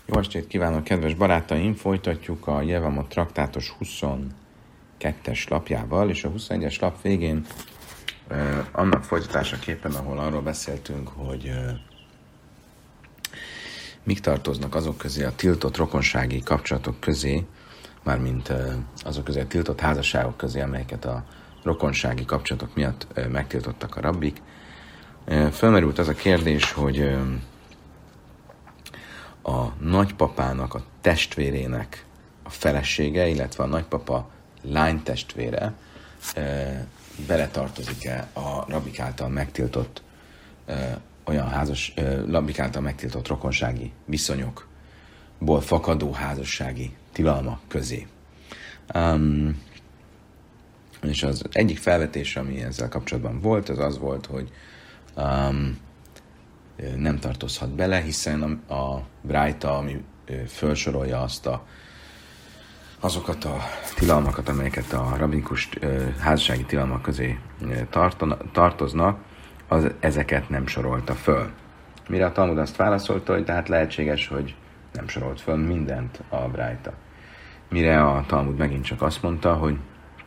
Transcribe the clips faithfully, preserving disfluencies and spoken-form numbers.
Jó estét kívánok, kedves barátaim! Folytatjuk a Jevamot traktátus huszonkettes lapjával, és a huszonegyes lap végén eh, annak folytatásaképpen, ahol arról beszéltünk, hogy eh, mik tartoznak azok közé, a tiltott rokonsági kapcsolatok közé, mármint eh, azok közé a tiltott házasságok közé, amelyeket a rokonsági kapcsolatok miatt eh, megtiltottak a rabbik. Eh, fölmerült az a kérdés, hogy eh, a nagypapának, a testvérének a felesége, illetve a nagypapa lánytestvére e, beletartozik-e a rabbik által megtiltott e, olyan házas, e, rabbik által megtiltott rokonsági viszonyokból fakadó házassági tilalma közé. Um, és az egyik felvetés, ami ezzel kapcsolatban volt, az az volt, hogy um, nem tartozhat bele, hiszen a, a brájta, ami felsorolja azt a, azokat a tilalmakat, amelyeket a rabbinikus házassági tilalmak közé tartona, tartoznak, az ezeket nem sorolta föl. Mire a Talmud azt válaszolta, hogy tehát lehetséges, hogy nem sorolt föl mindent a brájta. Mire a Talmud megint csak azt mondta, hogy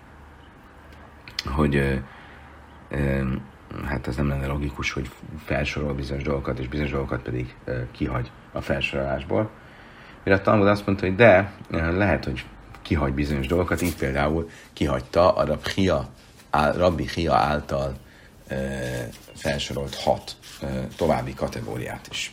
hogy ö, ö, hát ez nem lenne logikus, hogy felsorol bizonyos dolgokat, és bizonyos dolgokat pedig uh, kihagy a felsorolásból. Mire a Talmud azt mondta, hogy de, uh, lehet, hogy kihagy bizonyos dolgokat, így például kihagyta a Rabbi Chia, Rabbi Chia által uh, felsorolt hat uh, további kategóriát is.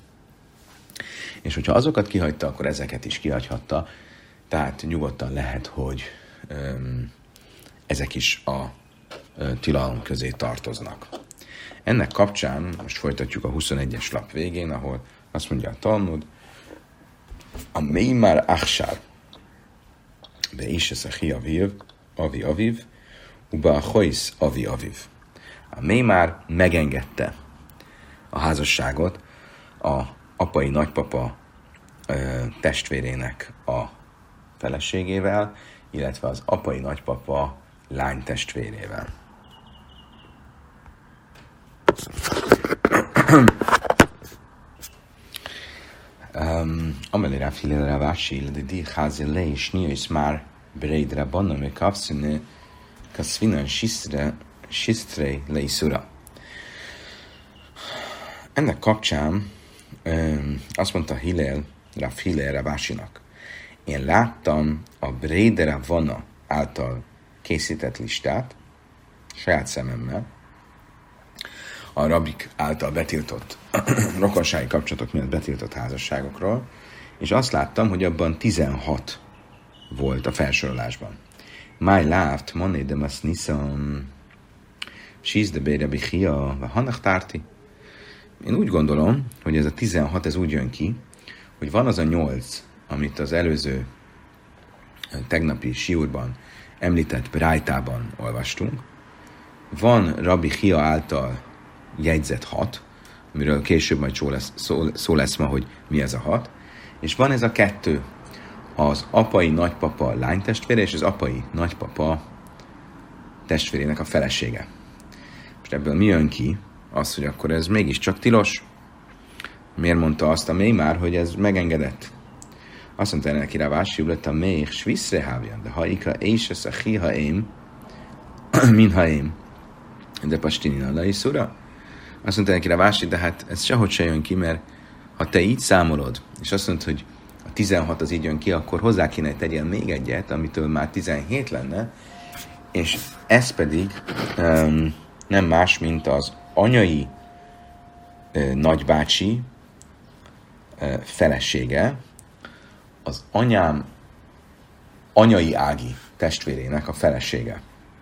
És hogyha azokat kihagyta, akkor ezeket is kihagyhatta, tehát nyugodtan lehet, hogy um, ezek is a tilalom közé tartoznak. Ennek kapcsán most folytatjuk a huszonegyes lap végén, ahol azt mondja a Talmud, a Meimar Achsár be is ez a Hi aviv, avi aviv, uba a Chois avi aviv. A Meimar megengedte a házasságot a apai nagypapa ö, testvérének a feleségével, illetve az apai nagypapa lány testvérével. Ameli Rav Hillel Rav Ashi ledidi házi le és nyilván már breidre banna me kapszine kaszvinan sisztre sisztre leiszura. Ennek kapcsán um, azt mondta Hillel, Rav Hillel Rav Ashinak, én láttam a breidre vanna által készített listát, saját szememmel, a rabbik által betiltott rokonsági kapcsolatok miatt betiltott házasságokról, és azt láttam, hogy abban tizenhat volt a felsorolásban. My láft, mané de mas niszam, síz de bére bichia, vannak tárti. Én úgy gondolom, hogy ez a tizenhat, ez úgy jön ki, hogy van az a nyolc, amit az előző tegnapi siúrban említett brájtában olvastunk. Van Rabbi Chia által jegyzett hat, amiről később majd szó lesz, szó, szó lesz ma, hogy mi ez a hat, és van ez a kettő, az apai nagypapa lánytestvére és az apai nagypapa testvérének a felesége. Most ebből mi jön ki? Az, hogy akkor ez mégiscsak tilos. Miért mondta azt a Meimar, hogy ez megengedett? Azt mondta neki Rav Ashi, lett a még sviszre hávjan, de ha ika és ez a hihaém, minhaém, de pastinina leiszura. Azt mondta neki Rav Ashi, de hát ez sehogy se jön ki, mert ha te így számolod, és azt mondod, hogy a tizenhat az így jön ki, akkor hozzá kéne, hogy tegyél még egyet, amitől már tizenhét lenne, és ez pedig um, nem más, mint az anyai uh, nagybácsi uh, felesége, az anyám anyai ági testvérének a felesége,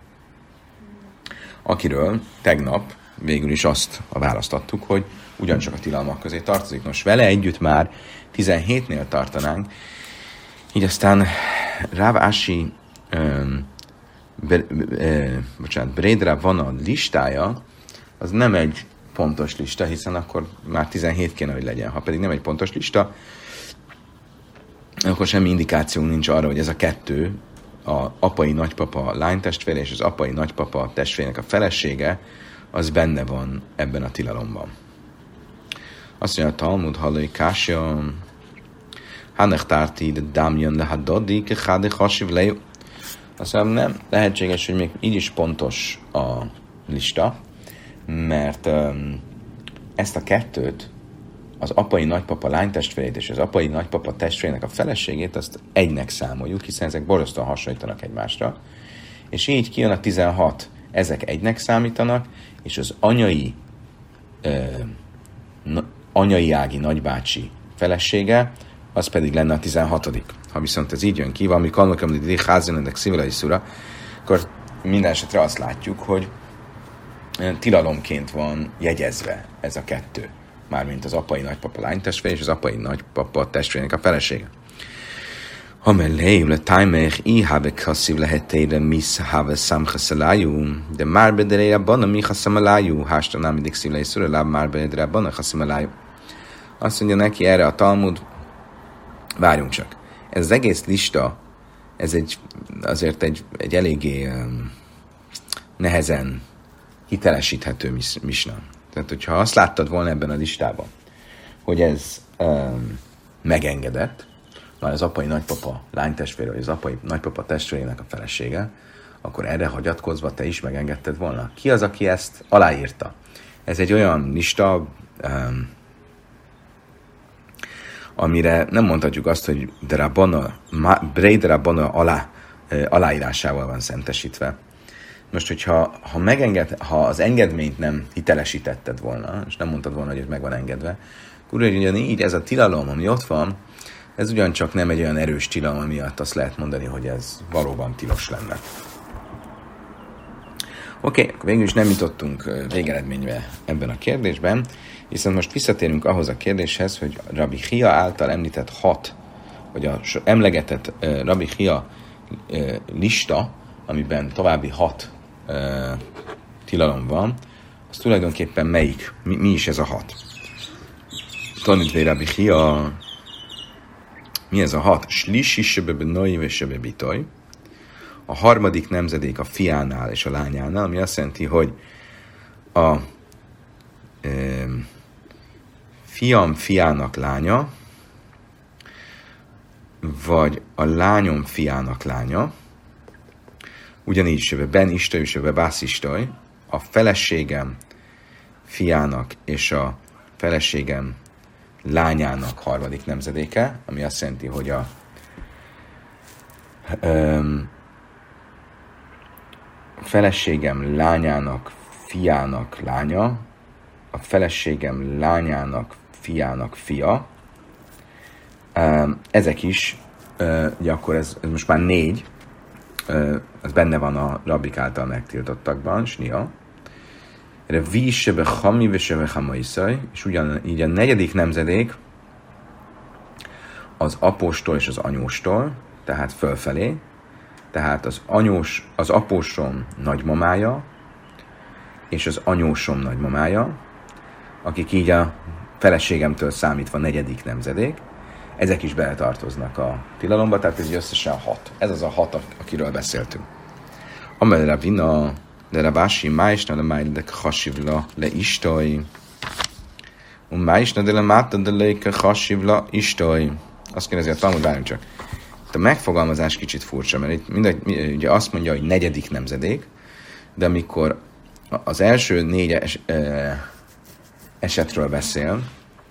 akiről tegnap végül is azt választottuk, hogy ugyancsak a tilalmak közé tartozik. Nos, vele együtt már tizenhétnél tartanánk, így aztán Rav Ashi um, be, be, bocsánat, Brédra van a listája, az nem egy pontos lista, hiszen akkor már tizenhét kéne, hogy legyen. Ha pedig nem egy pontos lista, akkor semmi indikáció nincs arra, hogy ez a kettő, a apai nagypapa lánytestvére és az apai nagypapa testvérének a felesége, az benne van ebben a tilalomban. Azt mondja a Talmud, hallói kásja, Hanechtárti, de dámjön le, hát dodi, ke hádi hasiv le. Azt mondom, nem lehetséges, hogy még így is pontos a lista, mert um, ezt a kettőt, az apai nagypapa lánytestvérét és az apai nagypapa testvérének a feleségét, azt egynek számoljuk, hiszen ezek borzasztóan hasonlítanak egymásra, és így kijön a tizenhat, ezek egynek számítanak, és az anyai uh, na, anyai ági nagybácsi felesége, az pedig lenne a tizenhatodik. Ha viszont ez így jön ki, valami kalmakamlidi házinendek szívelei szura, akkor minden esetre azt látjuk, hogy tilalomként van jegyezve ez a kettő. Mármint az apai nagypapa lánytestvér és az apai nagypapa testvérének a felesége. Ha melléim le tájmech i have kasszív lehetére misz have számchaszalájú, de már bedere abban a mi haszalájú, hásta nem mindig szívlei szura, láb már bedere abban a haszalájú. Azt mondja neki erre a Talmud, várjunk csak. Ez az egész lista, ez egy, azért egy, egy eléggé um, nehezen hitelesíthető misna. Tehát, hogyha azt láttad volna ebben a listában, hogy ez um, megengedett, már az apai nagypapa lánytestvére, vagy az apai nagypapa testvérének a felesége, akkor erre hagyatkozva te is megengedted volna. Ki az, aki ezt aláírta? Ez egy olyan lista, um, amire nem mondhatjuk azt, hogy Derabana, Brei Derabana alá, aláírásával van szentesítve. Most, hogyha ha, megenged, ha az engedményt nem hitelesítetted volna, és nem mondtad volna, hogy ez meg van engedve, akkor ugyanígy ez a tilalom, ami ott van, ez ugyancsak nem egy olyan erős tilalom miatt azt lehet mondani, hogy ez valóban tilos lenne. Oké, okay, végül is nem jutottunk végeredménybe ebben a kérdésben, viszont most visszatérünk ahhoz a kérdéshez, hogy Rabbi Chia által említett hat, vagy a emlegetett uh, Rabbi Chia uh, lista, amiben további hat uh, tilalom van, az tulajdonképpen melyik? Mi, mi is ez a hat? Tanítvé Rabbi Chia, mi ez a hat? Slisi sebebe nai ve sebe bitoj. A harmadik nemzedék a fiánál és a lányánál, ami azt jelenti, hogy a e, fiam fiának lánya, vagy a lányom fiának lánya, ugyanígy söve ben istaj, söve bász istaj, a feleségem fiának és a feleségem lányának harmadik nemzedéke, ami azt jelenti, hogy a um, feleségem lányának fiának lánya, a feleségem lányának fiának fia. Um, ezek is, uh, ugye akkor ez, ez most már négy, uh, ez benne van a rabbik által megtiltottakban, snia. Erre vi sebe hami ve sebe hamaiszaj, és ugyanígy a negyedik nemzedék az apóstól és az anyóstól, tehát fölfelé, tehát az anyós, az apósom nagymamája és az anyósom nagymamája, akik így a feleségemtől számítva negyedik nemzedék, ezek is beletartoznak a tilalomba, tehát ez összesen hat. Ez az a hat, akiről beszéltünk. Amelre vina de Rabási májsna de májdek hasivla le istaj. Un májsna de le máta de leike hasivla istaj. Azt kérdezi a Talmud, várjunk csak. A megfogalmazás kicsit furcsa, mert itt mindegy, ugye azt mondja, hogy negyedik nemzedék, de amikor az első négy es, e, esetről beszél,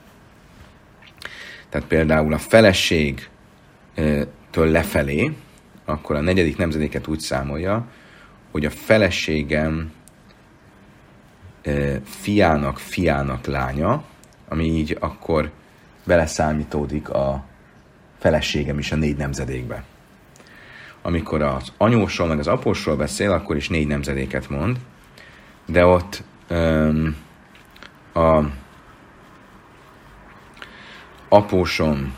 tehát például a feleségtől lefelé, akkor a negyedik nemzedéket úgy számolja, hogy a feleségem e, fiának fiának lánya, ami így akkor beleszámítódik a feleségem is a négy nemzedékbe. Amikor az anyósról meg az apósról beszél, akkor is négy nemzedéket mond, de ott um, a apósom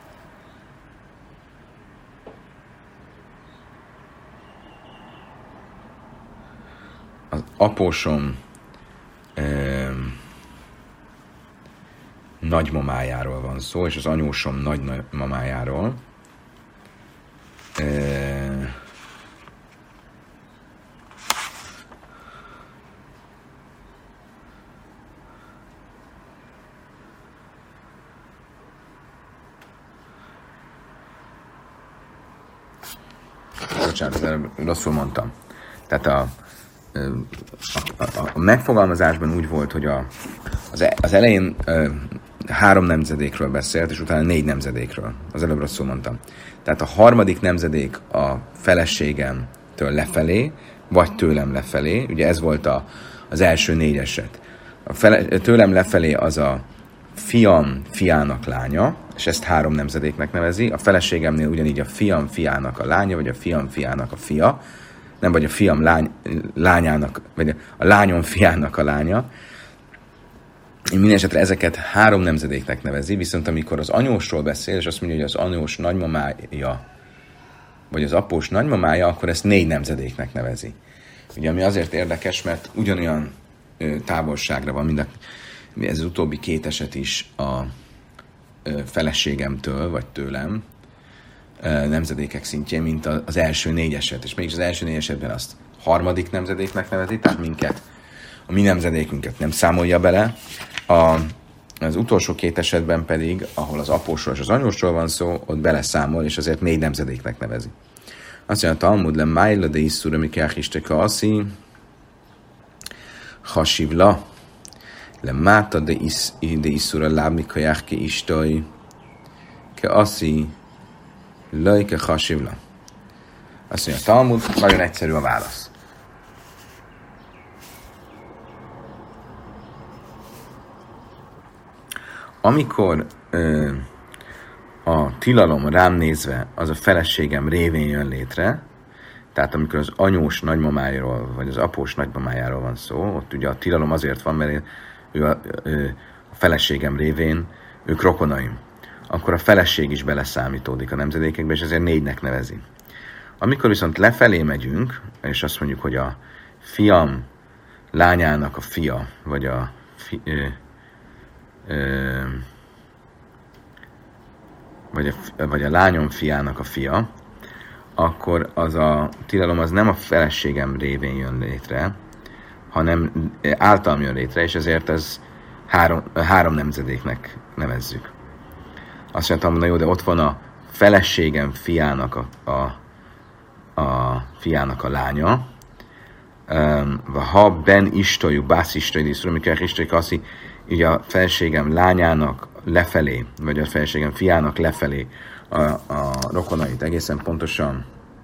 az apósom um, nagymamájáról van szó, és az anyósom nagymamájáról. E... bocsánat, ezzel rosszul mondtam. Tehát a, a, a, a megfogalmazásban úgy volt, hogy a, az, az elején ö, három nemzedékről beszélt, és utána négy nemzedékről. Az előbb rosszul mondtam. Tehát a harmadik nemzedék a feleségemtől lefelé, vagy tőlem lefelé. Ugye ez volt a, az első négy eset. A fele, tőlem lefelé az a fiam fiának lánya, és ezt három nemzedéknek nevezi. A feleségemnél ugyanígy a fiam fiának a lánya, vagy a fiam fiának a fia, nem vagy a fiam lány, lányának, vagy a lányom fiának a lánya. Mindenesetre ezeket három nemzedéknek nevezi, viszont amikor az anyósról beszél, és azt mondja, hogy az anyós nagymamája, vagy az após nagymamája, akkor ezt négy nemzedéknek nevezi. Ugye, ami azért érdekes, mert ugyanolyan ö, távolságra van, mind a, ez az utóbbi két eset is a ö, feleségemtől, vagy tőlem, ö, nemzedékek szintjén, mint a, az első négy eset. És mégis az első négy esetben azt harmadik nemzedéknek nevezi, tehát minket, a mi nemzedékünket nem számolja bele. A, az utolsó két esetben pedig, ahol az apósról és az anyósról van szó, ott beleszámol, és azért négy nemzedéknek nevezi. Azt mondja, a Talmud le májla de isszura mikách isteka aszi, hasivla, le máta de isszura lábmi kajách ke istai, ke aszi, laj ke hasivla. Azt mondja, a Talmud, nagyon egyszerű a válasz. Amikor ö, a tilalom rám nézve az a feleségem révén jön létre, tehát amikor az anyós nagymamájáról, vagy az após nagymamájáról van szó, ott ugye a tilalom azért van, mert ő a, ő, a feleségem révén, ők rokonaim. Akkor a feleség is beleszámítódik a nemzedékekbe, és ezért négynek nevezi. Amikor viszont lefelé megyünk, és azt mondjuk, hogy a fiam lányának a fia, vagy a fi, ö, ö, vagy a, vagy a lányom fiának a fia, akkor az a tilalom az nem a feleségem révén jön létre, hanem általam jön létre, és ezért ez három, három nemzedéknek nevezzük. Azt mondtam, na jó, de ott van a feleségem fiának a, a, a fiának a lánya, ha ben istojú, bász istojú, amikor istojú kaszi, így a feleségem lányának lefelé, vagy a feleségem fiának lefelé a, a rokonait, egészen pontosan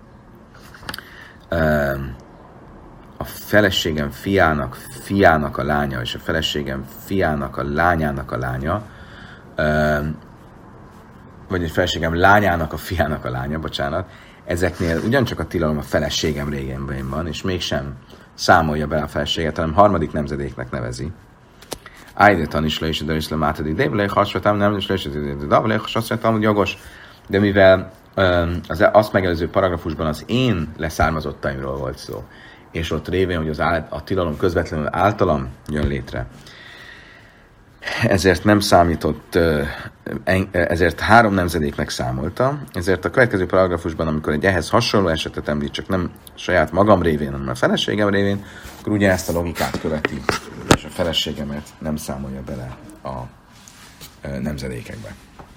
a feleségem fiának, fiának a lánya, és a feleségem fiának a lányának a lánya, vagy a feleségem lányának a fiának a lánya, bocsánat, ezeknél ugyancsak a tilalom a feleségem régen van, és mégsem számolja be a feleséget, hanem harmadik nemzedéknek nevezi. Ájdetan is le is, de is le mátadik, de le hasonlítám, nem is le is, de le hasonlítám, hogy jogos, de mivel az azt megelőző paragrafusban az én leszármazottaimról volt szó, és ott révén, hogy az áll, a tilalom közvetlenül általam jön létre, ezért nem számított, ezért három nemzedéknek számolta, ezért a következő paragrafusban, amikor egy ehhez hasonló esetet említ, csak nem saját magam révén, hanem a feleségem révén, akkor ugyanezt a logikát követi, és a feleségemet nem számolja bele a nemzedékekbe.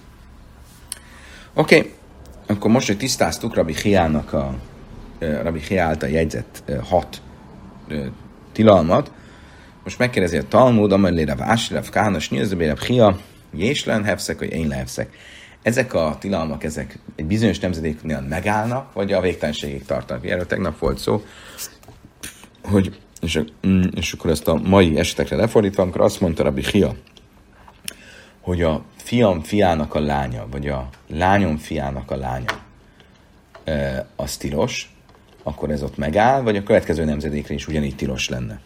Oké, okay. Akkor most, hogy tisztáztuk Rabbi Chiának a Rabbi Chiá által jegyzett hat tilalmat, most megkérdezi a Talmud, amely Rav Ási, Rav Káhana, Snilzabé, Rav Chia, Jéslen hevszek, vagy én lehevszek. Ezek a tilalmak, ezek egy bizonyos nemzedéknél megállnak, vagy a végtelenségig tartanak. Erről tegnap volt szó, hogy, és, és akkor ezt a mai esetekre lefordítva, amikor azt mondta Rabbi Chia, hogy a fiam fiának a lánya, vagy a lányom fiának a lánya, e, az tilos, akkor ez ott megáll, vagy a következő nemzedékre is ugyanígy tilos lenne.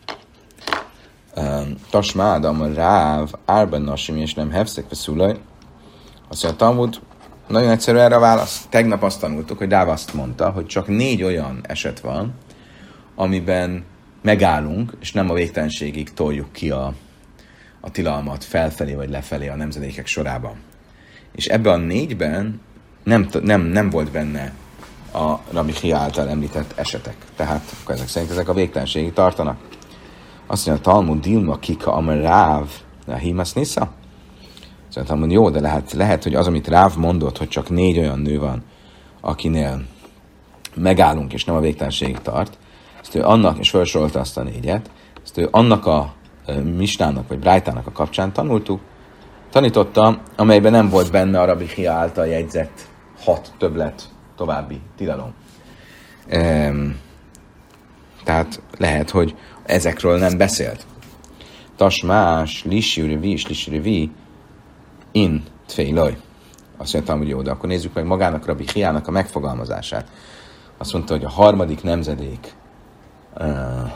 Tasmád, amar ráv, árben nasim, és nem hevszek, veszulaj. Azt mondja, Talmud, nagyon egyszerű erre a válasz. Tegnap azt tanultuk, hogy Ráv azt mondta, hogy csak négy olyan eset van, amiben megállunk, és nem a végtelenségig toljuk ki a, a tilalmat felfelé vagy lefelé a nemzedékek sorában. És ebben a négyben nem, nem, nem volt benne a Rabbi Chia által említett esetek. Tehát akkor ezek szerint ezek a végtelenségig tartanak. Azt mondja, a Talmud Dilma kika amar Ráv, a himasz nisza? Szóval Talmud, jó, de lehet, lehet, hogy az, amit Ráv mondott, hogy csak négy olyan nő van, akinél megállunk, és nem a végtelenségig tart, ezt ő annak, és felsorolta azt a négyet, ezt ő annak a misnának, vagy brájtának a kapcsán tanultuk, tanította, amelyben nem volt benne a Rabbi Hia által jegyzett hat többlet további tilalom. Ehm, tehát lehet, hogy ezekről nem beszélt. Tasmás, lissi vi, lissi vi, in tfejloj. Azt mondtam, hogy jó, de akkor nézzük meg magának Rabbi Hiának a megfogalmazását. Azt mondta, hogy a harmadik nemzedék uh,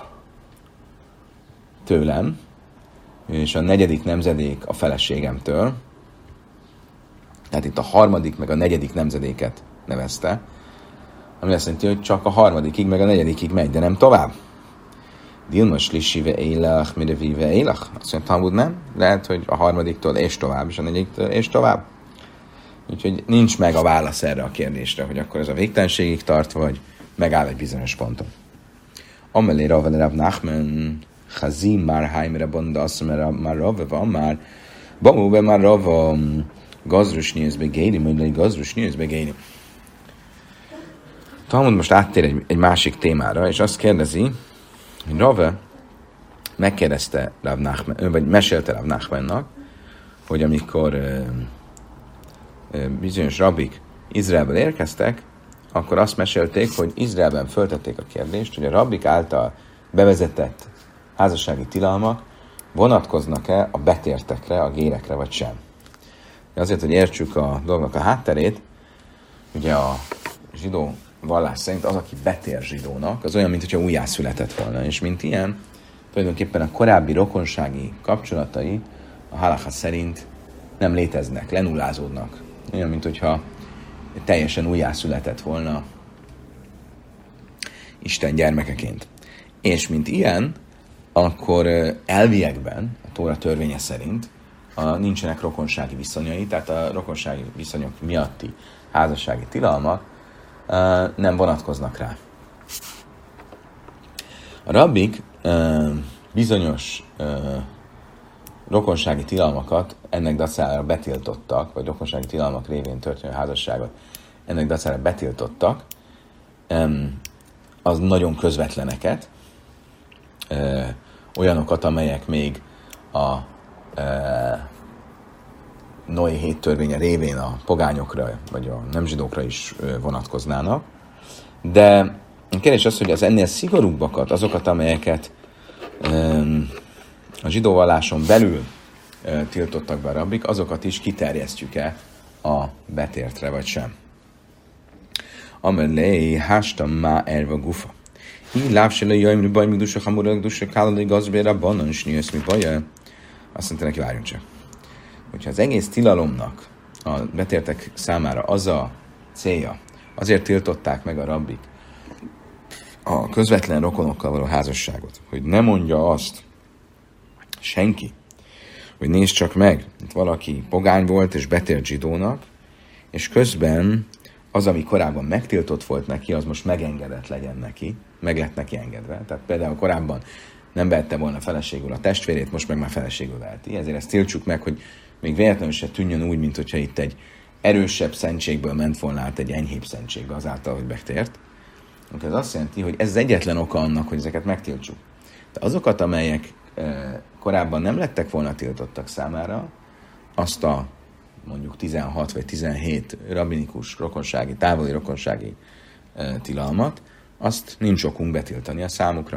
tőlem, és a negyedik nemzedék a feleségemtől. Tehát itt a harmadik meg a negyedik nemzedéket nevezte, ami azt jelenti, hogy csak a harmadikig meg a negyedikig megy, de nem tovább. Dilmas lissive élach, mire vive élach. Azt mondja, Talmud nem. Lehet, hogy a harmadiktól és tovább, és a negyediktől és tovább. Úgyhogy nincs meg a válasz erre a kérdésre, hogy akkor ez a végtelenségig tart, vagy megáll egy bizonyos ponton. Amelé Rava Rav Nachman Chazim már Haimre Bonda Asszamere már Rava van már Bamúbe már Rava Gazrus Nyőzbe Géni, mondani Gazrus Nyőzbe Géni. Talmud most áttér egy, egy másik témára, és azt kérdezi, hogy Rava megkérdezte Rav Nachman, vagy mesélte Rav Nachmannak, hogy amikor ö, ö, bizonyos rabik Izraelből érkeztek, akkor azt mesélték, hogy Izraelben föltették a kérdést, hogy a rabik által bevezetett házassági tilalmak vonatkoznak-e a betértekre, a gérekre, vagy sem. Azért, hogy értsük a dolgnak a hátterét, ugye a zsidó vallás szerint az, aki betér zsidónak, az olyan, mintha újjászületett volna, és mint ilyen, tulajdonképpen a korábbi rokonsági kapcsolatai a halacha szerint nem léteznek, lenullázódnak. Olyan, mint hogyha teljesen újjászületett volna Isten gyermekeként. És mint ilyen, akkor elviekben, a Tóra törvénye szerint a, nincsenek rokonsági viszonyai, tehát a rokonsági viszonyok miatti házassági tilalmak uh, nem vonatkoznak rá. A rabbik uh, bizonyos uh, rokonsági tilalmakat ennek dacára betiltottak, vagy rokonsági tilalmak révén történő házasságot ennek dacára betiltottak, um, az nagyon közvetleneket, uh, olyanokat, amelyek még a uh, Noé hét törvénye révén a pogányokra, vagy a nem zsidókra is uh, vonatkoznának. De a kérdés az, hogy az ennél szigorúbbakat, azokat, amelyeket um, a zsidó valláson belül uh, tiltottak be a rabbik, azokat is kiterjesztjük-e a betértre, vagy sem. Amelé hástam má erva gufa. Így lábsele jöjjön, baj, mi dusa, hamurag, dusa, kállalai gazbéra, banan, s nyilsz, mi baja. Azt mondta neki, várjunk csak. Hogyha az egész tilalomnak a betértek számára az a célja, azért tiltották meg a rabbik a közvetlen rokonokkal való házasságot, hogy ne mondja azt senki, hogy nézd csak meg, itt valaki pogány volt és betért zsidónak, és közben az, ami korábban megtiltott volt neki, az most megengedett legyen neki, meg lett neki engedve. Tehát például korábban nem vehette volna feleségül a testvérét, most meg már feleségül veheti. Ezért ezt tiltsuk meg, hogy még véletlenül se tűnjön úgy, mint hogyha itt egy erősebb szentségből ment volna át egy enyhébb szentségbe azáltal, hogy betért. Ez azt jelenti, hogy ez az egyetlen oka annak, hogy ezeket megtiltsuk. De azokat, amelyek e, korábban nem lettek volna tiltottak számára, azt a mondjuk tizenhat vagy tizenhét rabbinikus rokonsági, távoli rokonsági e, tilalmat, azt nincs okunk betiltani a számukra.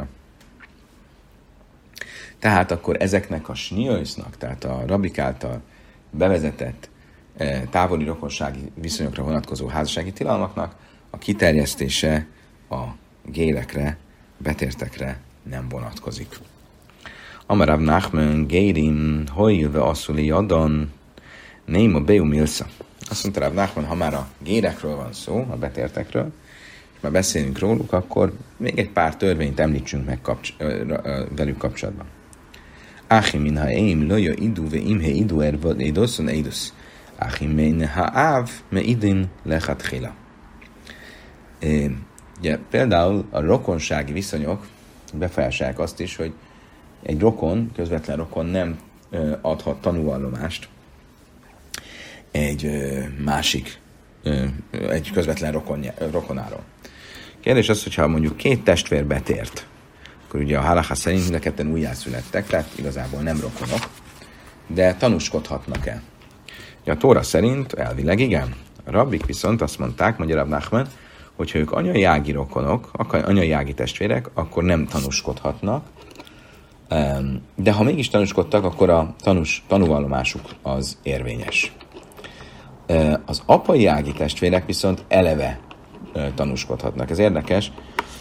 Tehát akkor ezeknek a snioisznak, tehát a rabbik által bevezetett e, távoli rokonsági viszonyokra vonatkozó házassági tilalmaknak a kiterjesztése a gélekre, betértekre nem vonatkozik. Amarav Nachman gérim hojilve asszuli adon néma beumilsza. Azt mondta Rav Nachman, ha már a gérekről van szó, a betértekről, és már beszélünk róluk, akkor még egy pár törvényt említsünk meg kapcs- velük kapcsolatban. Achim min ha'eim loja idu ve imhe idu ervad eidoszon eidosz. Achim min ha'áv me idin lechatchila. Ugye, például a rokonsági viszonyok befolyásolják azt is, hogy egy rokon, közvetlen rokon nem ö, adhat tanúvallomást egy ö, másik, ö, egy közvetlen rokon, rokonáról. Kérdés az, hogyha mondjuk két testvér betért, akkor ugye a halacha szerint mind a ketten újjászülettek, tehát igazából nem rokonok, de tanúskodhatnak-e? A Tóra szerint elvileg igen. A rabbik viszont azt mondták, mondja Rav Nachman, hogyha ők anyai ági rokonok, anyai ági testvérek, akkor nem tanúskodhatnak, de ha mégis tanúskodtak, akkor a tanús, tanúvallomásuk az érvényes. Az apai ági testvérek viszont eleve tanúskodhatnak. Ez érdekes.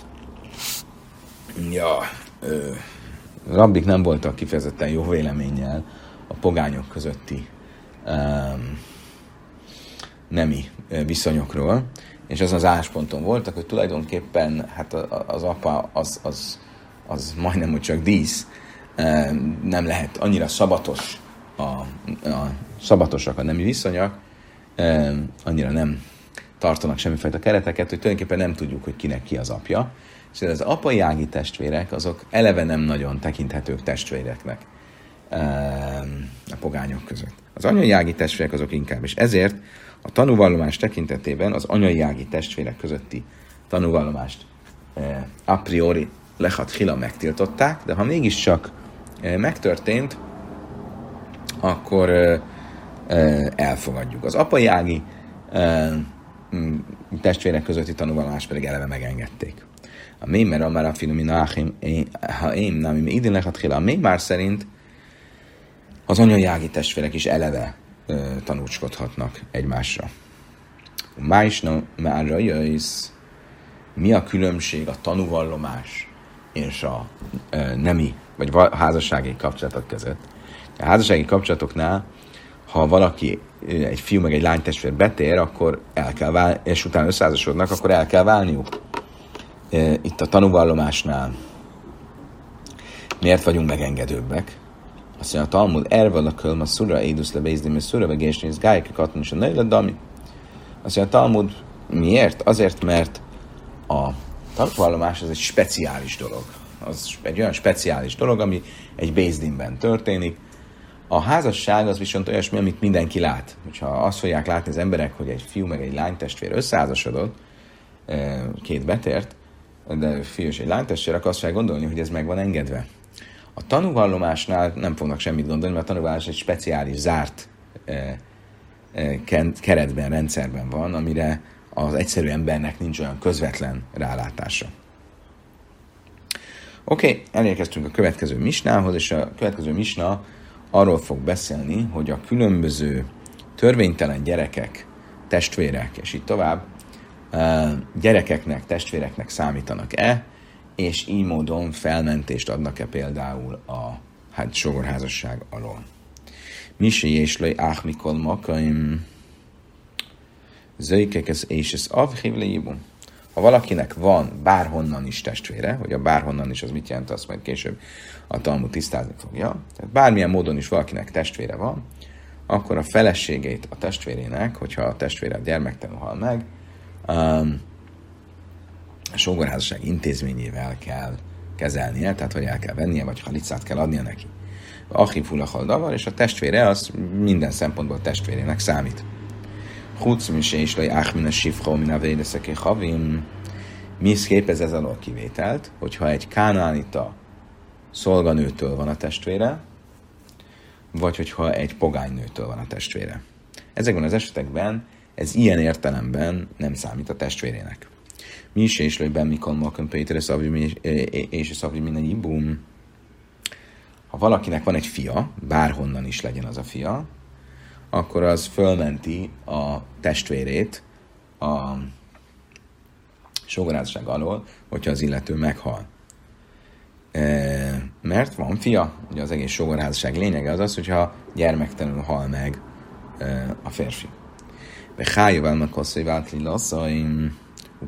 Ja, rabbik nem voltak kifejezetten jó véleménnyel a pogányok közötti um, nemi viszonyokról, és azon az állásponton voltak, hogy tulajdonképpen hát az apa az, az, az majdnem, hogy csak dísz, nem lehet annyira szabatos a, a szabatosak a nemi viszonyok, annyira nem tartanak semmifajta kereteket, hogy tulajdonképpen nem tudjuk, hogy kinek ki az apja. És az apai ági testvérek, azok eleve nem nagyon tekinthetők testvéreknek a pogányok között. Az anyai ági testvérek azok inkább, és ezért a tanúvallomás tekintetében az anyai ági testvérek közötti tanúvallomást a priori lechat hila megtiltották, de ha mégiscsak megtörtént, akkor elfogadjuk. Az apai ági testvérek közötti tanúvallomást pedig eleve megengedték. A mémer a már a filmina áhim, ha én nem idén lechat hila, a mémár szerint az anyai ági testvérek is eleve tanúskodhatnak egymásra. Májsna már jöjsz, mi a különbség a tanúvallomás és a e, nemi, vagy a házassági kapcsolatok között? A házassági kapcsolatoknál, ha valaki, egy fiú meg egy lány testvér betér, akkor el kell válni, és utána összeházasodnak, akkor el kell válniuk. E, itt a tanúvallomásnál miért vagyunk megengedőbbek? Azt mondja, a Talmud ervel a kölm a szura, édusz le bézdém, és szura, vagy gésnéz, gályke, katlan, és a nőledami. Azt mondja, a Talmud miért? Azért, mert a tanúvallomás az egy speciális dolog. Az egy olyan speciális dolog, ami egy bézdémben történik. A házasság az viszont olyasmi, amit mindenki lát. Hogyha azt fogják látni az emberek, hogy egy fiú meg egy lánytestvér összeházasodott, két betért, de fiú és egy lánytestvér, akkor azt fogják gondolni, hogy ez meg van engedve. A tanúvallomásnál nem fognak semmit gondolni, mert a tanúvallomás egy speciális, zárt eh, eh, keretben, rendszerben van, amire az egyszerű embernek nincs olyan közvetlen rálátása. Oké, okay, elérkeztünk a következő misnához, és a következő misna arról fog beszélni, hogy a különböző törvénytelen gyerekek, testvérek, és így tovább, eh, gyerekeknek, testvéreknek számítanak-e, és így módon felmentést adnak-e például a hát, sógorházasság alól. Misi és lej áhmikol makaim zöjkekesz és ez avhivlejibum. Ha valakinek van bárhonnan is testvére, hogy a bárhonnan is az mit jelent, azt majd később a Talmud tisztázni fogja. Tehát bármilyen módon is valakinek testvére van, akkor a feleségét a testvérének, hogyha a testvére gyermektelenül hal meg, um, a sógorházasság intézményével kell kezelnie, tehát hogy el kell vennie, vagy halicát kell adnia neki. Achim fulachal davar, és a testvére az minden szempontból testvérének számít. Hucmisé is lej áhmina sifra, mina védeszeké havim. Mi képez ez alól kivételt, hogyha egy kánaánita szolganőtől van a testvére, vagy hogyha egy pogánynőtől van a testvére. Ezekben az esetekben ez ilyen értelemben nem számít a testvérének. Mi is és lőben mikor makon Péter és szabli minden ibum. Ha valakinek van egy fia, bárhonnan is legyen az a fia, akkor az fölmenti a testvérét a sógorházasság alól, hogyha az illető meghal. E, mert van fia, ugye az egész sógorházasság lényege az az, hogyha gyermektelenül hal meg e, a férfi. Be hájóval meghosszai váltli lasszaim,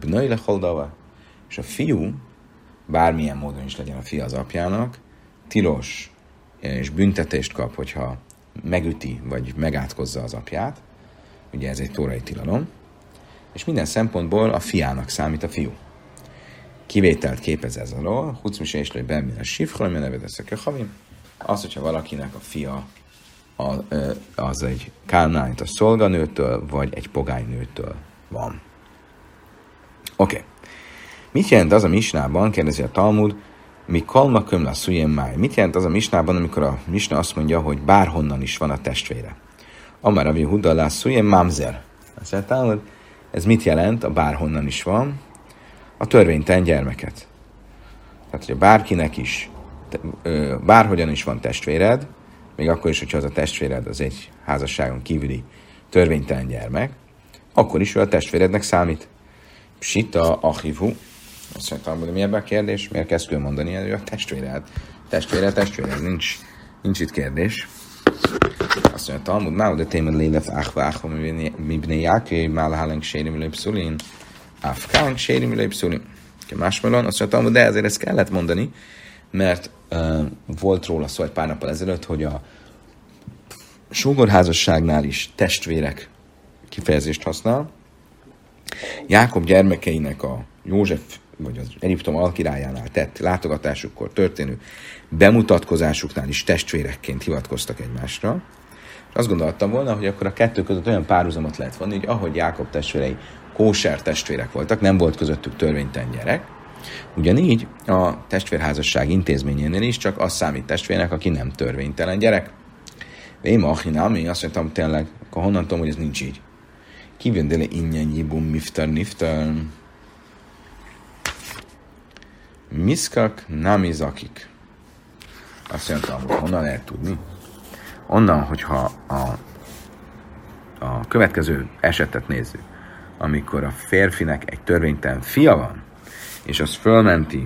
és a fiú, bármilyen módon is legyen a fia az apjának, tilos és büntetést kap, hogyha megüti, vagy megátkozza az apját, ugye ez egy tórai tilalom, és minden szempontból a fiának számít a fiú. Kivételt képez ez alól, hucmis és lőj benn a sifra, mert nevedeszek a havim, az, hogyha valakinek a fia az egy kánaánita szolganőtől, vagy egy pogánynőtől van. Oké. Okay. Mit jelent az a misnában, kérdezi a Talmud, mi kalma kömla szujén máj. Mit jelent az a misnában, amikor a misna azt mondja, hogy bárhonnan is van a testvére? Amár Rav Yehuda lá szujén mamzer. Azt mondja, Talmud, ez mit jelent, a bárhonnan is van? A törvénytelen gyermeket. Tehát, hogy bárkinek is, bárhogyan is van testvéred, még akkor is, hogyha az a testvéred az egy házasságon kívüli törvénytelen gyermek, akkor is ő a testvérednek számít. Psita achivu. Azt mondtam, hogy mi ebben a kérdés? Miért kezd mondani, hogy a testvére? Hát testvére, testvére, nincs, nincs itt kérdés. Azt mondja, Talmud, máu de témad lélef áhva áhva mi bné jáké, mála hálánk sérim lépszulin, áfkánk sérim lépszulin. Másmilyen azt mondja, Talmud, de ezért ezt kellett mondani, mert uh, volt róla szó egy pár nappal ezelőtt, hogy a sógorházasságnál is testvérek kifejezést használ. Jákob gyermekeinek a József, vagy az Egyiptom alkirályánál tett látogatásukkor történő bemutatkozásuknál is testvérekként hivatkoztak egymásra. És azt gondoltam volna, hogy akkor a kettő között olyan párhuzamot lehet vonni, hogy ahogy Jákob testvérei kóser testvérek voltak, nem volt közöttük törvénytelen gyerek, ugyanígy a testvérházasság intézményénél is csak az számít testvérnek, aki nem törvénytelen gyerek. Én machinám, én azt mondtam, tényleg, akkor honnan tudom, hogy ez nincs így. Kivendele ingyen jibum miftar niftar. Miszkak namizakik. Azt mondtam, hogy honnan lehet tudni? Onnan, hogyha a, a következő esetet nézzük, amikor a férfinek egy törvénytelen fia van, és az fölmenti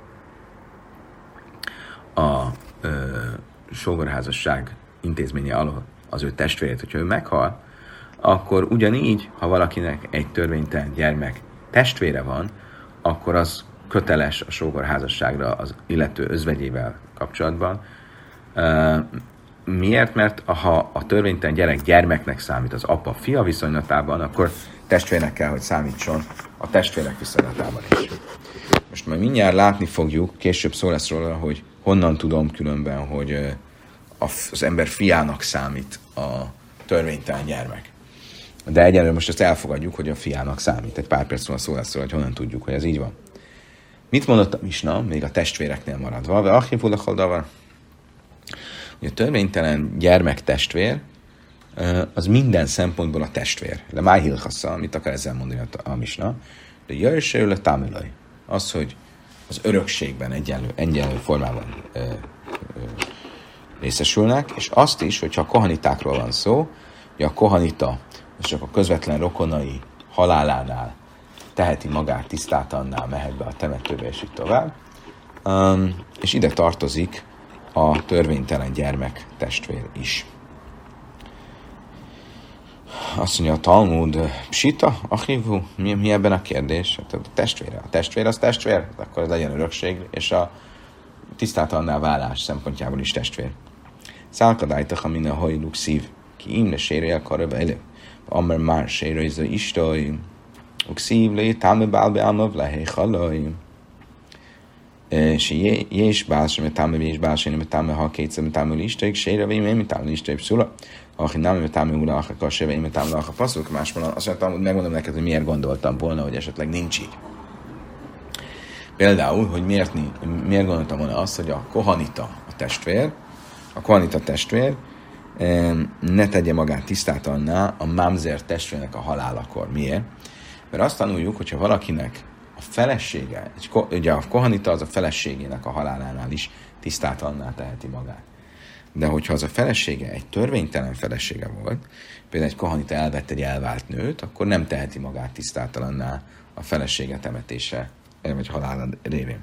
a ö, sógorházasság intézménye alól az ő testvérét, hogyha ő meghal, akkor ugyanígy, ha valakinek egy törvénytelen gyermek testvére van, akkor az köteles a sógorházasságra az illető özvegyével kapcsolatban. Uh, miért? Mert ha a törvénytelen gyerek gyermeknek számít az apa-fia viszonylatában, akkor testvérnek kell, hogy számítson a testvérek viszonylatában is. Most majd mindjárt látni fogjuk, később szó lesz róla, hogy honnan tudom különben, hogy az ember fiának számít a törvénytelen gyermek. De egyenlően most ezt elfogadjuk, hogy a fiának számít. Egy pár perc múlva szó lesz róla, hogy honnan tudjuk, hogy ez így van. Mit mondott a misna, még a testvéreknél maradva? Ve achivul lechaldavar. A törvénytelen gyermek testvér, az minden szempontból a testvér. Le májhilchassa, mit akar ezzel mondani a, a misna? De jöjjön le támilai. Az, hogy az örökségben egyenlő, egyenlő formában ö, ö, részesülnek, és azt is, hogyha a kohanitákról van szó, hogy a kohanita és csak a közvetlen rokonai halálánál teheti magát tisztátalannál, mehet be a temetőbe, és így tovább. Um, és ide tartozik a törvénytelen gyermek testvér is. Azt mondja a Talmud, psita, achivu, mi, mi ebben a kérdés? Hát a testvére. A testvér az testvér, akkor ez legyen örökség, és a tisztátalannál válás szempontjából is testvér. Szálkadájtak, amin a hajluk szív, ki imle sérője karöve elő. Amr már sérőző istaj, ukszív lé, táme bálbe álmav lehé halaj. És jés bálsam, táme vés bálsam, táme ha kétszer, táme listaj, sérőve ime, táme listaj, szula. Aki nem, táme ura, akar kasséve, ime, táme laha passzolok. Máskor azt mondtam, hogy megmondom neked, hogy miért gondoltam volna, hogy esetleg nincs így. Például, hogy miért, miért gondoltam volna azt, hogy a kohanita a testvér, a kohanita testvér ne tegye magát tisztátalanná a mamzer testvérnek a halálakor. Miért? Mert azt tanuljuk, hogyha valakinek a felesége, ugye a kohanita az a feleségének a halálánál is tisztátalanná teheti magát. De hogyha az a felesége egy törvénytelen felesége volt, például egy kohanita elvett egy elvált nőt, akkor nem teheti magát tisztátalanná a felesége temetése vagy halála révén.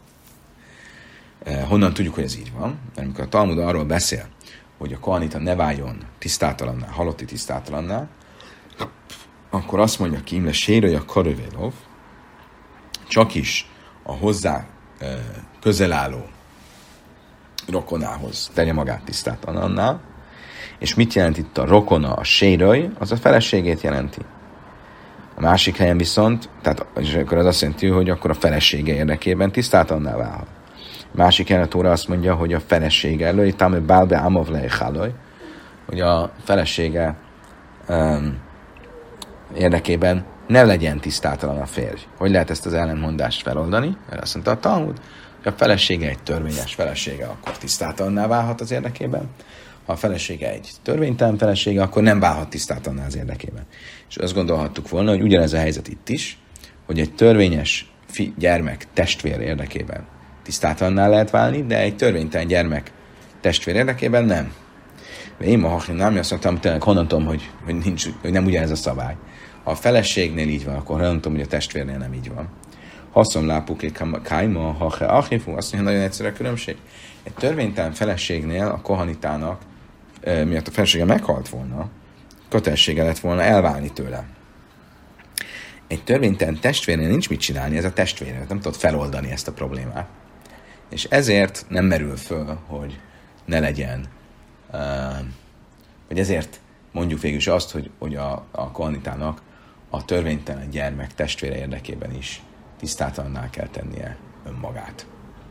Honnan tudjuk, hogy ez így van? Mert amikor a Talmud arról beszél, hogy a kohanita ne váljon tisztátalanná, halotti tisztátalanná, akkor azt mondja ki, imle sérője a karövélov, csak is a hozzá közel álló rokonához tegye magát tisztátalannál. És mit jelent itt a rokona, a sérőj? Az a feleségét jelenti. A másik helyen viszont, tehát és akkor az azt jelenti, hogy akkor a felesége érdekében tisztátalanná válhat. A másik helyen a Tóra azt mondja, hogy a felesége elő, itt ámű bálbe ámav lejhálaj, hogy a felesége um, érdekében ne legyen tisztátalan a férj. Hogy lehet ezt az ellentmondást feloldani? Mert azt mondta a Talmud, hogy a felesége egy törvényes felesége, akkor tisztátalanná válhat az érdekében. Ha a felesége egy törvénytelen felesége, akkor nem válhat tisztátalanná az érdekében. És azt gondolhattuk volna, hogy ugyanez a helyzet itt is, hogy egy törvényes fi, gyermek testvér érdekében tisztátalanná lehet válni, de egy törvénytelen gyermek testvér érdekében nem. De én ma hachim nem, azt mondtam, tényleg honnan tudom, hogy, hogy, nincs, hogy nem ugyanez a szabály. Ha a feleségnél így van, akkor honnan tudom, hogy a testvérnél nem így van. Haszom lápuké kájma, hache achifu, azt mondja, nagyon egyszerű a különbség. Egy törvénytelen feleségnél a kohanitának, e, miatt a felesége meghalt volna, kötelessége lett volna elválni tőle. Egy törvénytelen testvérnél nincs mit csinálni, ez a testvére, nem tudod feloldani ezt a problémát. És ezért nem merül föl, hogy ne legyen, uh, vagy ezért mondjuk végül is azt, hogy, hogy a, a kohanitának a törvénytelen gyermek testvére érdekében is tisztátalanná kell tennie önmagát.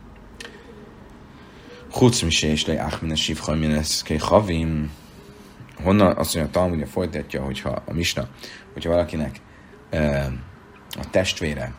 Chucmisé és le áhmine sivha mineszké havim. Honnan azt mondja, a Talmudja folytatja, hogyha a misna, hogyha valakinek uh, a testvére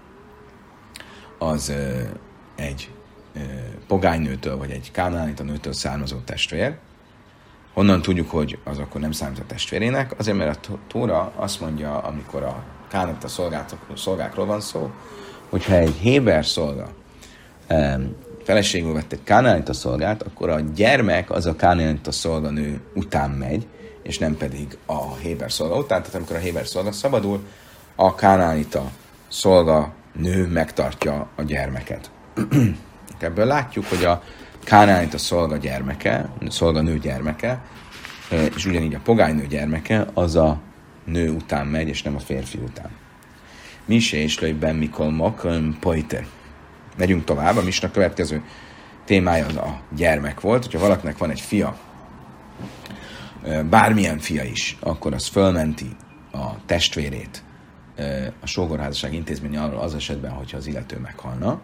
az uh, egy uh, pogánynőtől, vagy egy kánaánita nőtől származó testvér, honnan tudjuk, hogy az akkor nem számít a testvérének? Azért, mert a Tóra azt mondja, amikor a kánaánita szolgákról van szó, hogyha egy héber szolga um, feleségül vett egy kánaánita szolgát, akkor a gyermek az a kánaánita szolganő után megy, és nem pedig a héber szolga után. Tehát amikor a héber szolga szabadul, a kánaánita szolga nő megtartja a gyermeket. Ebből látjuk, hogy a kánaánita szolga gyermeke, szolga nő gyermeke, és ugyanígy a pogánynő gyermeke, az a nő után megy, és nem a férfi után. Misé és lőjben mikor makon pojte. Megyünk tovább, a misna következő témája az a gyermek volt. Hogyha valakinek van egy fia, bármilyen fia is, akkor az fölmenti a testvérét a sógorházasság intézménye arról az esetben, hogyha az illető meghalna.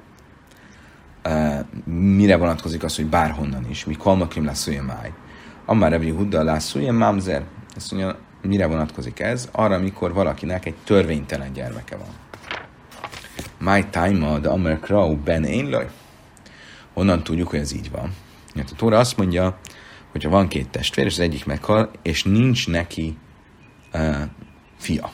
Mire vonatkozik az, hogy bárhonnan is? Mi kalmakim lesz olyan máj. Ammár Rabbi Hudda lesz olyan mámzer. Azt mondja, mire vonatkozik ez? Arra, amikor valakinek egy törvénytelen gyermeke van. My time de Amer Krau ben Einlaj. Honnan tudjuk, hogy ez így van? Hát a Tóra azt mondja, hogyha van két testvér, és az egyik meghal, és nincs neki uh, fia.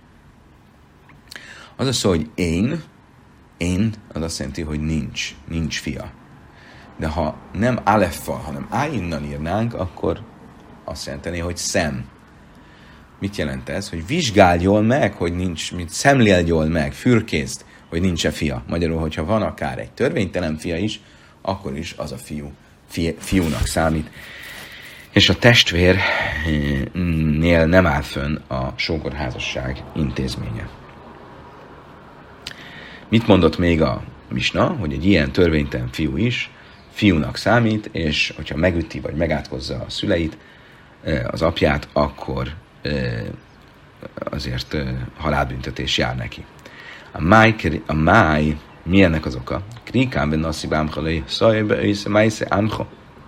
Az a szó, hogy én, én, az azt jelenti, hogy nincs, nincs fia. De ha nem aleffal, hanem áinnal írnánk, akkor azt jelenteni, hogy szem. Mit jelent ez? Hogy vizsgálj jól meg, hogy nincs, mit szemléld jól meg, fürkészd, hogy nincs-e fia. Magyarul, hogyha van akár egy törvénytelen fia is, akkor is az a fiú, fi, fiúnak számít. És a testvérnél nem áll fönn a sógorházasság intézménye. Mit mondott még a misna? Hogy egy ilyen törvénytelen fiú is fiúnak számít, és hogyha megüti vagy megátkozza a szüleit, az apját, akkor azért halálbüntetés jár neki. A máj, a máj mi ennek az oka? Krikán ben nasszib ámchalai, szajbe ősze májsze ámcha.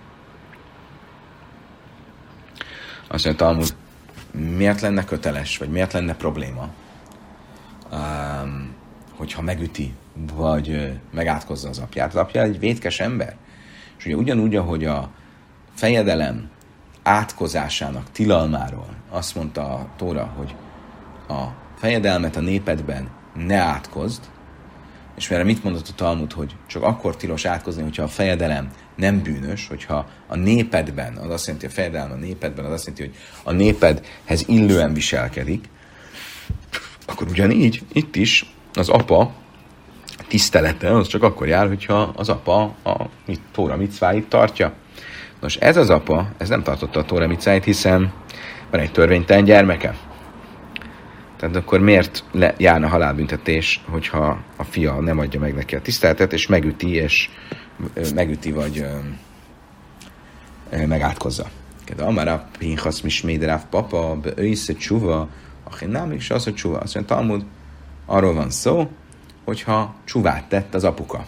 Azt mondja, Talmud, miért lenne köteles, vagy miért lenne probléma, um, hogyha megüti, vagy megátkozza az apját. Az apja egy vétkes ember. És ugye ugyanúgy, ahogy a fejedelem átkozásának tilalmáról azt mondta a Tóra, hogy a fejedelmet a népedben ne átkozd, és mert mit mondott a Talmud, hogy csak akkor tilos átkozni, hogyha a fejedelem nem bűnös, hogyha a népedben, az azt jelenti, a fejedelem a népedben, az azt jelenti, hogy a népedhez illően viselkedik, akkor ugyanígy itt is az apa tisztelete az csak akkor jár, hogyha az apa a mit, Tóra micváit tartja. Nos, ez az apa, ez nem tartotta a Tóra micváit, hiszen van egy törvénytelen gyermeke. Tehát akkor miért le, járna halálbüntetés, hogyha a fia nem adja meg neki a tiszteletet, és megüti, és ö, megüti, vagy ö, ö, megátkozza. De amara pinchasz misméderáv papa, beősze csuva, aki nem is az, hogy csuva. Azt mondja, Talmud, arról van szó, hogyha csuvát tett az apuka.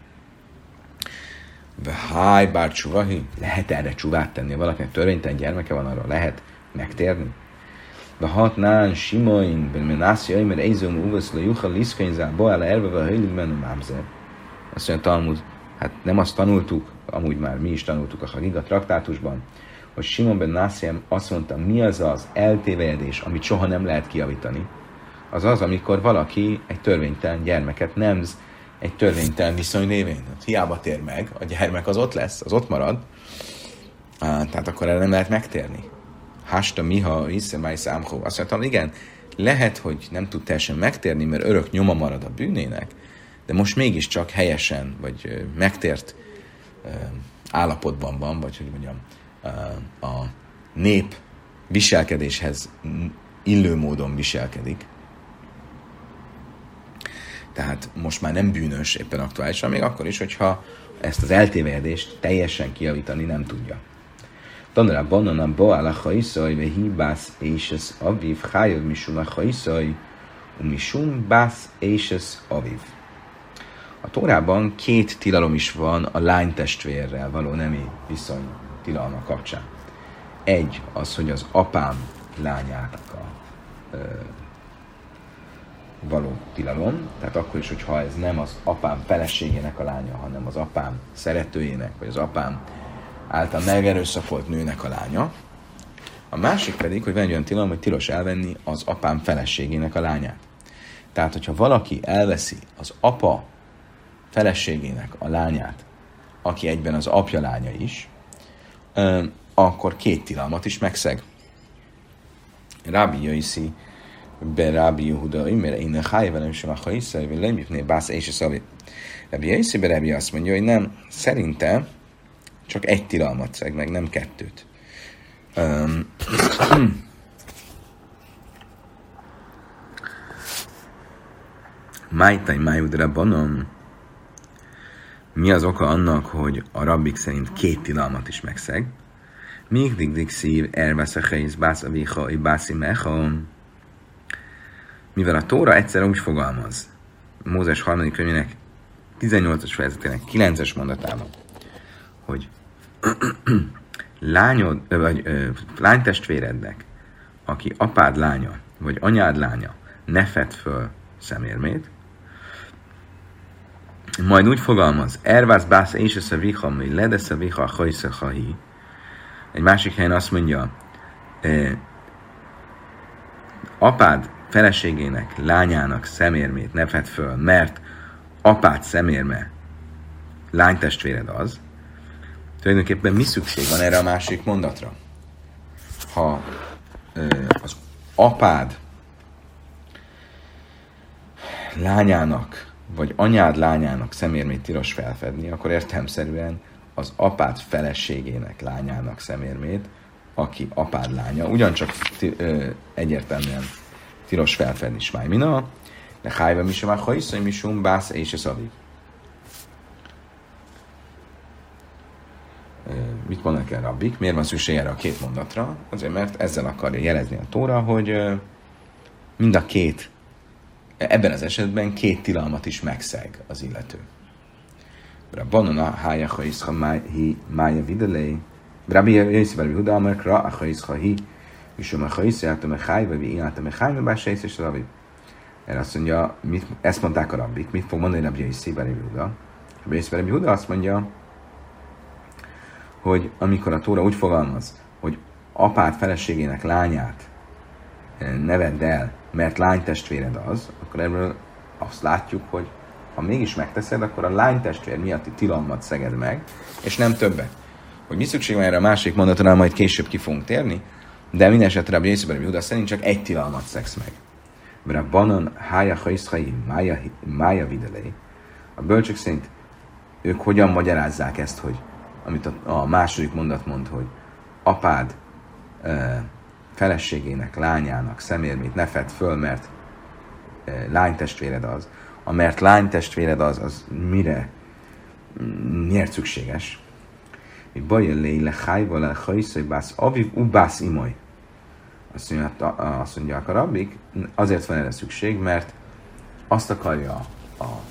Háj, bár csuvahi, lehet erre csuvát tenni. Valakinek törvénytelen gyermeke van, arról lehet megtérni. Behatnán, Simoin, Ben Menassi, mert Ézom, Uvasz, Le Juchal, Liszkényzál, Boála, Erve, Hajlik, Menő, Mámzer. Azt mondja, Talmud, hát nem azt tanultuk, amúgy már mi is tanultuk a Hagiga traktátusban, hogy Simon ben Nassiem azt mondta, mi az az eltévejedés, amit soha nem lehet kijavítani. Az az, amikor valaki egy törvénytelen gyermeket nemz egy törvénytelen viszony révén. Hát hiába tér meg, a gyermek az ott lesz, az ott marad, tehát akkor erre nem lehet megtérni. Hásta miha, iszemái számhó. Azt mondtam, igen, lehet, hogy nem tud teljesen megtérni, mert örök nyoma marad a bűnének, de most mégiscsak helyesen, vagy megtért állapotban van, vagy hogy mondjam, a nép viselkedéshez illő módon viselkedik. Tehát most már nem bűnös éppen aktuálisan, még akkor is, hogyha ezt az eltévejedést teljesen kijavítani nem tudja. Tanulá banan boál a hajszaj, ve hibász és az aviv, hájad misum a hajszaj, misum bász és az aviv. A Tórában két tilalom is van a lánytestvérrel való nemi viszony tilalma kapcsán. Egy az, hogy az apám lányának a ö, való tilalom, tehát akkor is, hogyha ez nem az apám feleségének a lánya, hanem az apám szeretőjének, vagy az apám által megerőszakolt nőnek a lánya. A másik pedig, hogy van egy olyan tilalom, hogy tilos elvenni az apám feleségének a lányát. Tehát, hogyha valaki elveszi az apa feleségének a lányát, aki egyben az apja lánya is, akkor két tilalmat is megszeg. Rabbi Yosi be Rabbi Yehuda, mert én a háj velem sem a hajszai, vagy lemjüknél bász és a szavi. Rabbi Yosi be Rabbi azt mondja, hogy nem, szerinte csak egy tilalmat szeg meg, nem kettőt. Um, Májtaj májudra banom. Mi az oka annak, hogy a rabbik szerint két tilalmat is megszeg? Még dig-dig szív, ervesz a helyz, bász a viha, i bászi meha. Mivel a Tóra egyszer úgy fogalmaz, Mózes harmadik könyvének tizennyolcas fejezetének kilences mondatában, hogy lányod, vagy ö, lánytestvérednek, aki apád lánya, vagy anyád lánya, ne fedd föl szemérmét, majd úgy fogalmaz, ervász bász és a szaviha, mi ledesz a viha, hajsz hahi. Egy másik helyen azt mondja, eh, apád feleségének, lányának szemérmét ne fedd föl, mert apád szemérme lánytestvéred az. Tulajdonképpen mi szükség van erre a másik mondatra? Ha eh, az apád lányának vagy anyád lányának szemérmét tilos felfedni, akkor értelemszerűen az apád feleségének lányának szemérmét, aki apád lánya, ugyancsak ti, ö, egyértelműen tilos felfedni smájmina, de hájva mi sem már hajszai misum bász és a szavi. Mit mondanak el rabbik? Miért van szükség erre a két mondatra? Azért, mert ezzel akarja jelezni a Tóra, hogy ö, mind a két ebben az esetben két tilalmat is megszeg az illető. Rabbanon a hája hajszha mája videlé, Rabbi Yosi bar Yehuda amar ra a hajszha hi, misum a hajszjátom a hájva, vi inátom a hájva, bár sejsz és Rabbi. Erre azt mondja, mit, ezt mondták a rabbik, mit fog mondani Rabbi Yosi bar Yehuda? Rabbi Yosi bar Yehuda azt mondja, hogy amikor a Tóra úgy fogalmaz, hogy apád feleségének lányát ne vedd el, mert lánytestvéred az, akkor ebből azt látjuk, hogy ha mégis megteszed, akkor a lánytestvér miatti tilalmat szeged meg, és nem többet. Hogy mi szükség van erre a másik mondatonál, majd később ki fogunk térni, de minden esetre Rabbi Yosi bar Yehuda szerint csak egy tilalmat szegsz meg. Mert a banan hája hajszhai mája videlé. A bölcsök szerint ők hogyan magyarázzák ezt, hogy amit a, a második mondat mond, hogy apád e, feleségének, lányának szemérmét ne fedd föl, mert e, lánytestvéred az. A mert lánytestvéred az, az mire, miért szükséges? Mi bajja léle hájva le hajszai bász aviv u bász imoly. Azt, mondja, azt mondják a rabbik, azért van erre szükség, mert azt akarja a, a, a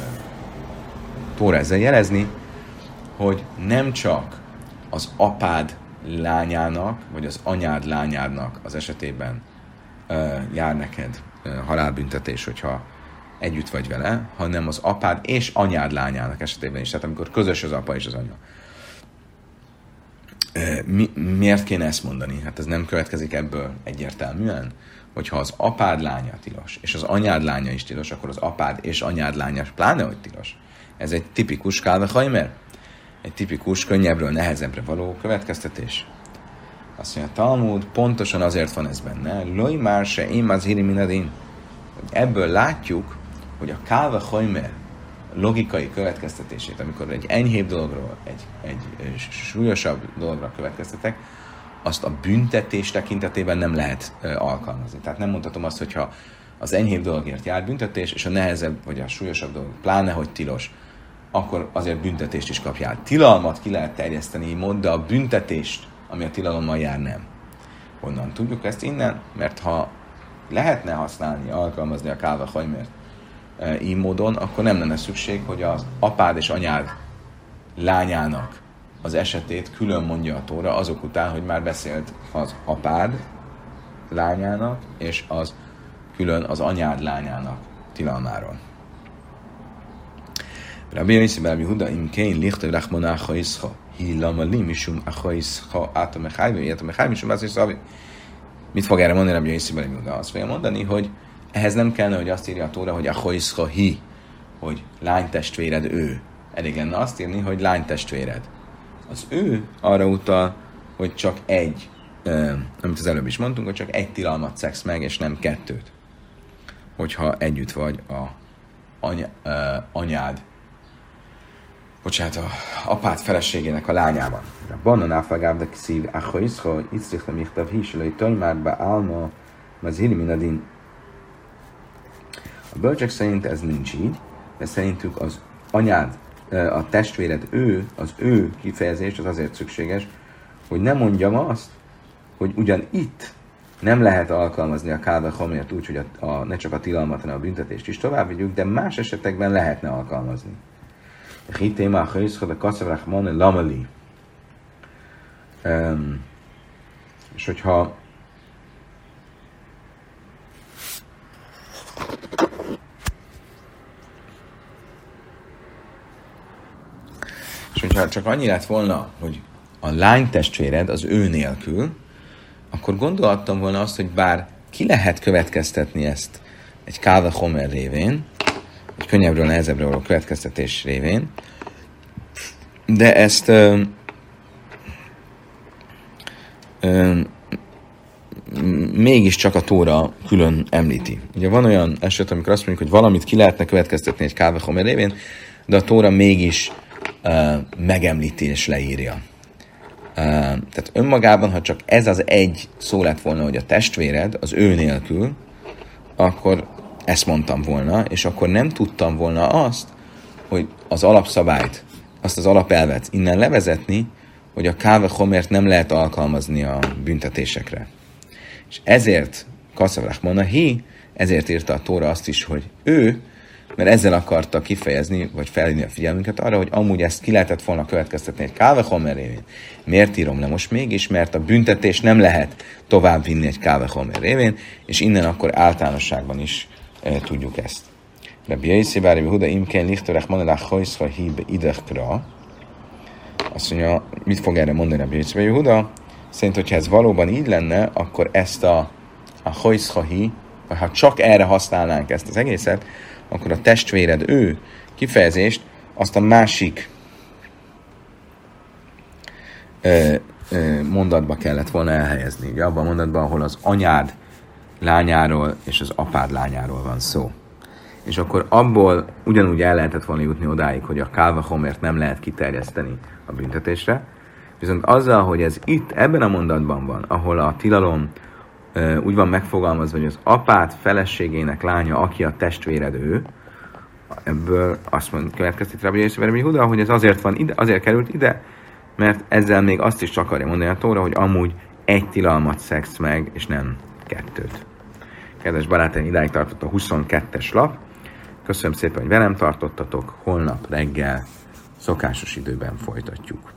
Tóra ezzel jelezni, hogy nem csak az apád lányának, vagy az anyád lányádnak az esetében jár neked halálbüntetés, hogyha együtt vagy vele, hanem az apád és anyád lányának esetében is. Tehát amikor közös az apa és az anya. Mi, miért kéne ezt mondani? Hát ez nem következik ebből egyértelműen, hogyha az apád lánya tilos, és az anyád lánya is tilos, akkor az apád és anyád lánya pláne, hogy tilos. Ez egy tipikus kálve hajmer, egy tipikus könnyebbről nehezebbre való következtetés. Azt mondja, Talmud, pontosan azért van ez benne, loj már se én az hiri minadin. Ebből látjuk, hogy a kálve hajmer logikai következtetését, amikor egy enyhébb dologról, egy, egy súlyosabb dologra következtetek, azt a büntetés tekintetében nem lehet uh, alkalmazni. Tehát nem mondhatom azt, hogyha az enyhébb dologért jár büntetés, és a nehezebb vagy a súlyosabb dolog, pláne hogy tilos, akkor azért büntetést is kapjál. Tilalmat ki lehet terjeszteni így mód, de a büntetést, ami a tilalommal jár, nem. Honnan tudjuk ezt innen? Mert ha lehetne használni, alkalmazni a kálve hajmért e, így módon, akkor nem lenne szükség, hogy az apád és anyád lányának az esetét külön mondja a Tóra azok után, hogy már beszélt az apád lányának, és az külön az anyád lányának tilalmáról. Rabbi Yossi ben Rabbi Huda imkein lichtav rachmana achaischa hi lama li mishum achaischa áta mechajve ilyet a mechajve mishum achaischa. Mit fog erre mondani Rabbi Yossi ben Rabbi Huda? Azt fogja mondani, hogy ehhez nem kellene, hogy azt írja a Tóra, hogy achaischa hi, hogy lánytestvéred ő. Elég lenne azt írni, hogy lánytestvéred. Az ő arra utal, hogy csak egy, eh, amit az előbb is mondtunk, hogy csak egy tilalmat szegsz meg, és nem kettőt. Hogyha együtt vagy a anya, eh, anyád, bocsánat, a apád feleségének a lányában. Bannan áfagább, de szív, achoiszha, iszrichta michtav híselői tajmárba álma, mazhiri minadin. A bölcsek szerint ez nincs így, de szerintük az anyád, a testvéred ő, az ő kifejezés az azért szükséges, hogy ne mondjam azt, hogy ugyan itt nem lehet alkalmazni a kálve homért úgy, hogy a, a, ne csak a tilalmat, hanem a büntetést is tovább vigyük, de más esetekben lehetne alkalmazni. Hitéma a hőszha, de kasszavrachmane lamali. És hogyha És hogyha csak annyi lett volna, hogy a lány testvéred az ő nélkül, akkor gondolhattam volna azt, hogy bár ki lehet következtetni ezt egy kálve homer révén, egy könnyebbről nehezebbre való következtetés révén, de ezt ö, ö, mégiscsak a Tóra külön említi. Ugye van olyan eset, amikor azt mondjuk, hogy valamit ki lehetne következtetni egy kálve homer révén, de a Tóra mégis Uh, megemlíti és leírja. Uh, tehát önmagában, ha csak ez az egy szó lett volna, hogy a testvéred az ő nélkül, akkor ezt mondtam volna, és akkor nem tudtam volna azt, hogy az alapszabályt, azt az alapelvet innen levezetni, hogy a káve homért nem lehet alkalmazni a büntetésekre. És ezért Kaszavrachmana hi, ezért írta a Tóra azt is, hogy ő, mert ezzel akarta kifejezni, vagy felhívni a figyelmünket arra, hogy amúgy ezt ki lehetett volna következtetni egy kálve homer révén. Miért írom le most mégis? Mert a büntetés nem lehet tovább vinni egy kálve homer révén, és innen akkor általánosságban is e, tudjuk ezt. Rabbi Yossi ben Rabbi Huda imken lichtorech manelach hojszha híbe idechkra. Azt mondja, mit fog erre mondani Rabbi Yossi ben Rabbi Huda? Szerint, hogyha ez valóban így lenne, akkor ezt a, a hojszha hí, vagy ha csak erre használnánk ezt az egészet, akkor a testvéred ő kifejezést azt a másik ö, ö, mondatba kellett volna elhelyezni. Ugye abban a mondatban, ahol az anyád lányáról és az apád lányáról van szó. És akkor abból ugyanúgy el lehetett volna jutni odáig, hogy a kálva homért nem lehet kiterjeszteni a büntetésre. Viszont azzal, hogy ez itt, ebben a mondatban van, ahol a tilalom úgy van megfogalmazva, hogy az apád feleségének lánya, aki a testvéred ő, ebből azt mondja, következtet Rabbi Yossi ben Rabbi Huda, hogy ez azért van ide, azért került ide, mert ezzel még azt is akarja mondani a Tóra, hogy amúgy egy tilalmat szegsz meg, és nem kettőt. Kedves barátaim, idáig tartott a huszonkettes lap. Köszönöm szépen, hogy velem tartottatok. Holnap reggel szokásos időben folytatjuk.